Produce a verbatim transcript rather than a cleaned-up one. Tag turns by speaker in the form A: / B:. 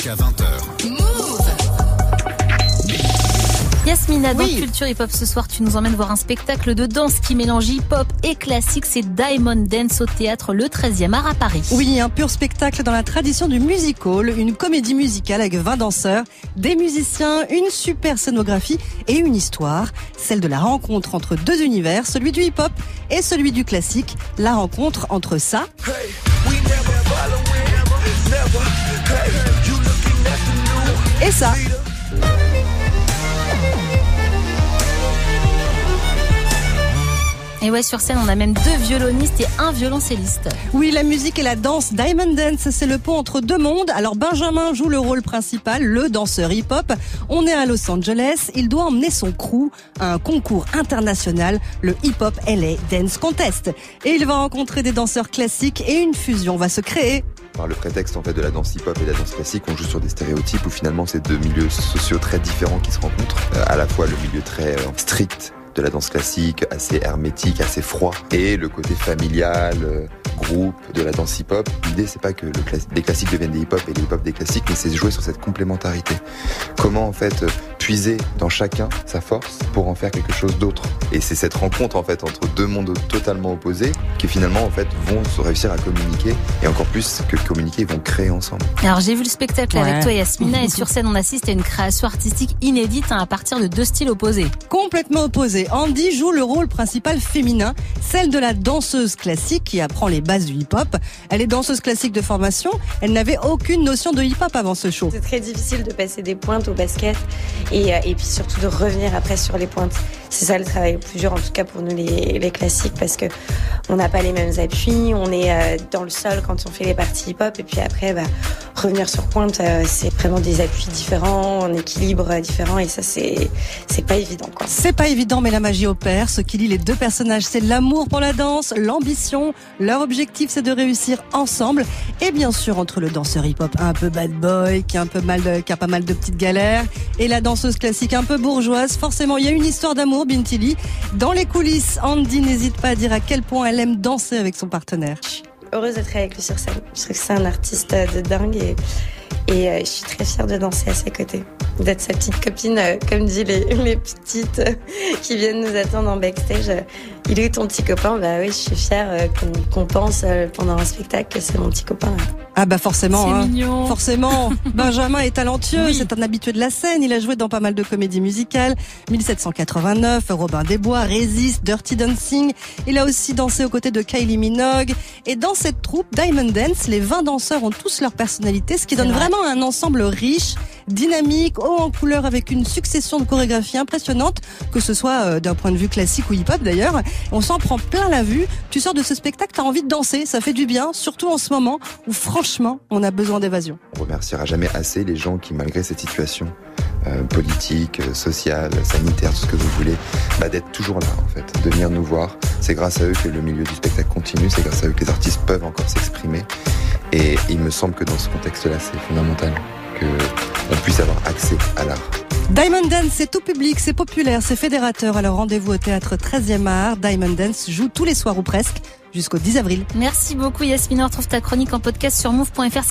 A: jusqu'à vingt heures.
B: Yasmina, dans
C: Oui.
B: Culture Hip Hop ce soir, tu nous emmènes voir un spectacle de danse qui mélange hip-hop et classique. C'est Diamond Dance au théâtre Le treizième art à Paris.
C: Oui, un pur spectacle dans la tradition du music hall, une comédie musicale avec vingt danseurs, des musiciens, une super scénographie et une histoire, celle de la rencontre entre deux univers, celui du hip-hop et celui du classique, la rencontre entre ça et ça.
B: Et ouais, sur scène, on a même deux violonistes et un violoncelliste.
C: Oui, la musique et la danse, Diamond Dance, c'est le pont entre deux mondes. Alors Benjamin joue le rôle principal, le danseur hip-hop. On est à Los Angeles, il doit emmener son crew à un concours international, le Hip Hop L A Dance Contest. Et il va rencontrer des danseurs classiques et une fusion va se créer.
D: Par le prétexte en fait de la danse hip-hop et de la danse classique, on joue sur des stéréotypes où finalement c'est deux milieux sociaux très différents qui se rencontrent. Euh, à la fois le milieu très euh, strict de la danse classique, assez hermétique, assez froid, et le côté familial, euh, groupe de la danse hip-hop. L'idée c'est pas que le cla- les classiques deviennent des hip-hop et les hip-hop des classiques, mais c'est de jouer sur cette complémentarité. Comment en fait euh, puiser dans chacun sa force pour en faire quelque chose d'autre. Et c'est cette rencontre en fait entre deux mondes totalement opposés qui finalement en fait vont se réussir à communiquer, et encore plus que communiquer, ils vont créer ensemble.
B: Alors j'ai vu le spectacle
C: Ouais.
B: avec toi Yasmina, et sur scène on assiste à une création artistique inédite hein, à partir de deux styles opposés.
C: Complètement opposé. Andy joue le rôle principal féminin, celle de la danseuse classique qui apprend les bases du hip-hop. Elle est danseuse classique de formation, elle n'avait aucune notion de hip-hop avant ce show.
E: C'est très difficile de passer des pointes au basket et, euh, et puis surtout de revenir après sur les pointes. C'est ça le travail le plus dur, en tout cas pour nous les, les classiques, parce que on n'a pas les mêmes appuis, on est euh, dans le sol quand on fait les parties hip-hop, et puis après bah, revenir sur pointe, euh, c'est vraiment des appuis différents, un équilibre euh, différent, et ça c'est c'est pas évident quoi.
C: C'est pas évident, mais la magie opère. Ce qui lie les deux personnages, c'est l'amour pour la danse, l'ambition. Leur objectif, c'est de réussir ensemble. Et bien sûr, entre le danseur hip-hop un peu bad boy, qui a un peu mal de, qui a pas mal de petites galères, et la danseuse classique un peu bourgeoise, forcément, il y a une histoire d'amour, Bintili. Dans les coulisses, Andy n'hésite pas à dire à quel point elle aime danser avec son partenaire.
E: Heureuse d'être avec lui sur scène. Je trouve que c'est un artiste de dingue et, et euh, je suis très fière de danser à ses côtés. D'être sa petite copine, euh, comme dit les, les petites euh, qui viennent nous attendre en backstage. Euh, il est où ton petit copain? Bah oui, je suis fière euh, qu'on, qu'on pense euh, pendant un spectacle que c'est mon petit copain. Là.
C: Ah bah forcément,
B: C'est
C: hein.
B: mignon.
C: Forcément. Benjamin est talentueux,
B: Oui.
C: c'est un habitué de la scène. Il a joué dans pas mal de comédies musicales. mille sept cent quatre-vingt-neuf, Robin des Bois, Résiste, Dirty Dancing. Il a aussi dansé aux côtés de Kylie Minogue. Et dans cette troupe, Diamond Dance, les vingt danseurs ont tous leur personnalité, ce qui donne
B: C'est vrai.
C: vraiment un ensemble riche, dynamique, haut en couleur, avec une succession de chorégraphies impressionnantes, que ce soit euh, d'un point de vue classique ou hip-hop d'ailleurs. On s'en prend plein la vue. Tu sors de ce spectacle, t'as envie de danser, ça fait du bien, surtout en ce moment où franchement, on a besoin d'évasion.
D: On remerciera jamais assez les gens qui, malgré cette situation euh, politique, euh, sociale, sanitaire, tout ce que vous voulez, bah, d'être toujours là en fait, de venir nous voir. C'est grâce à eux que le milieu du spectacle continue, c'est grâce à eux que les artistes peuvent encore s'exprimer. Et il me semble que dans ce contexte-là, c'est fondamental qu'on puisse avoir accès à l'art.
C: Diamond Dance, c'est tout public, c'est populaire, c'est fédérateur. Alors rendez-vous au théâtre treizième art. Diamond Dance joue tous les soirs ou presque jusqu'au dix avril.
B: Merci beaucoup Yasmina, on retrouve ta chronique en podcast sur move point f r.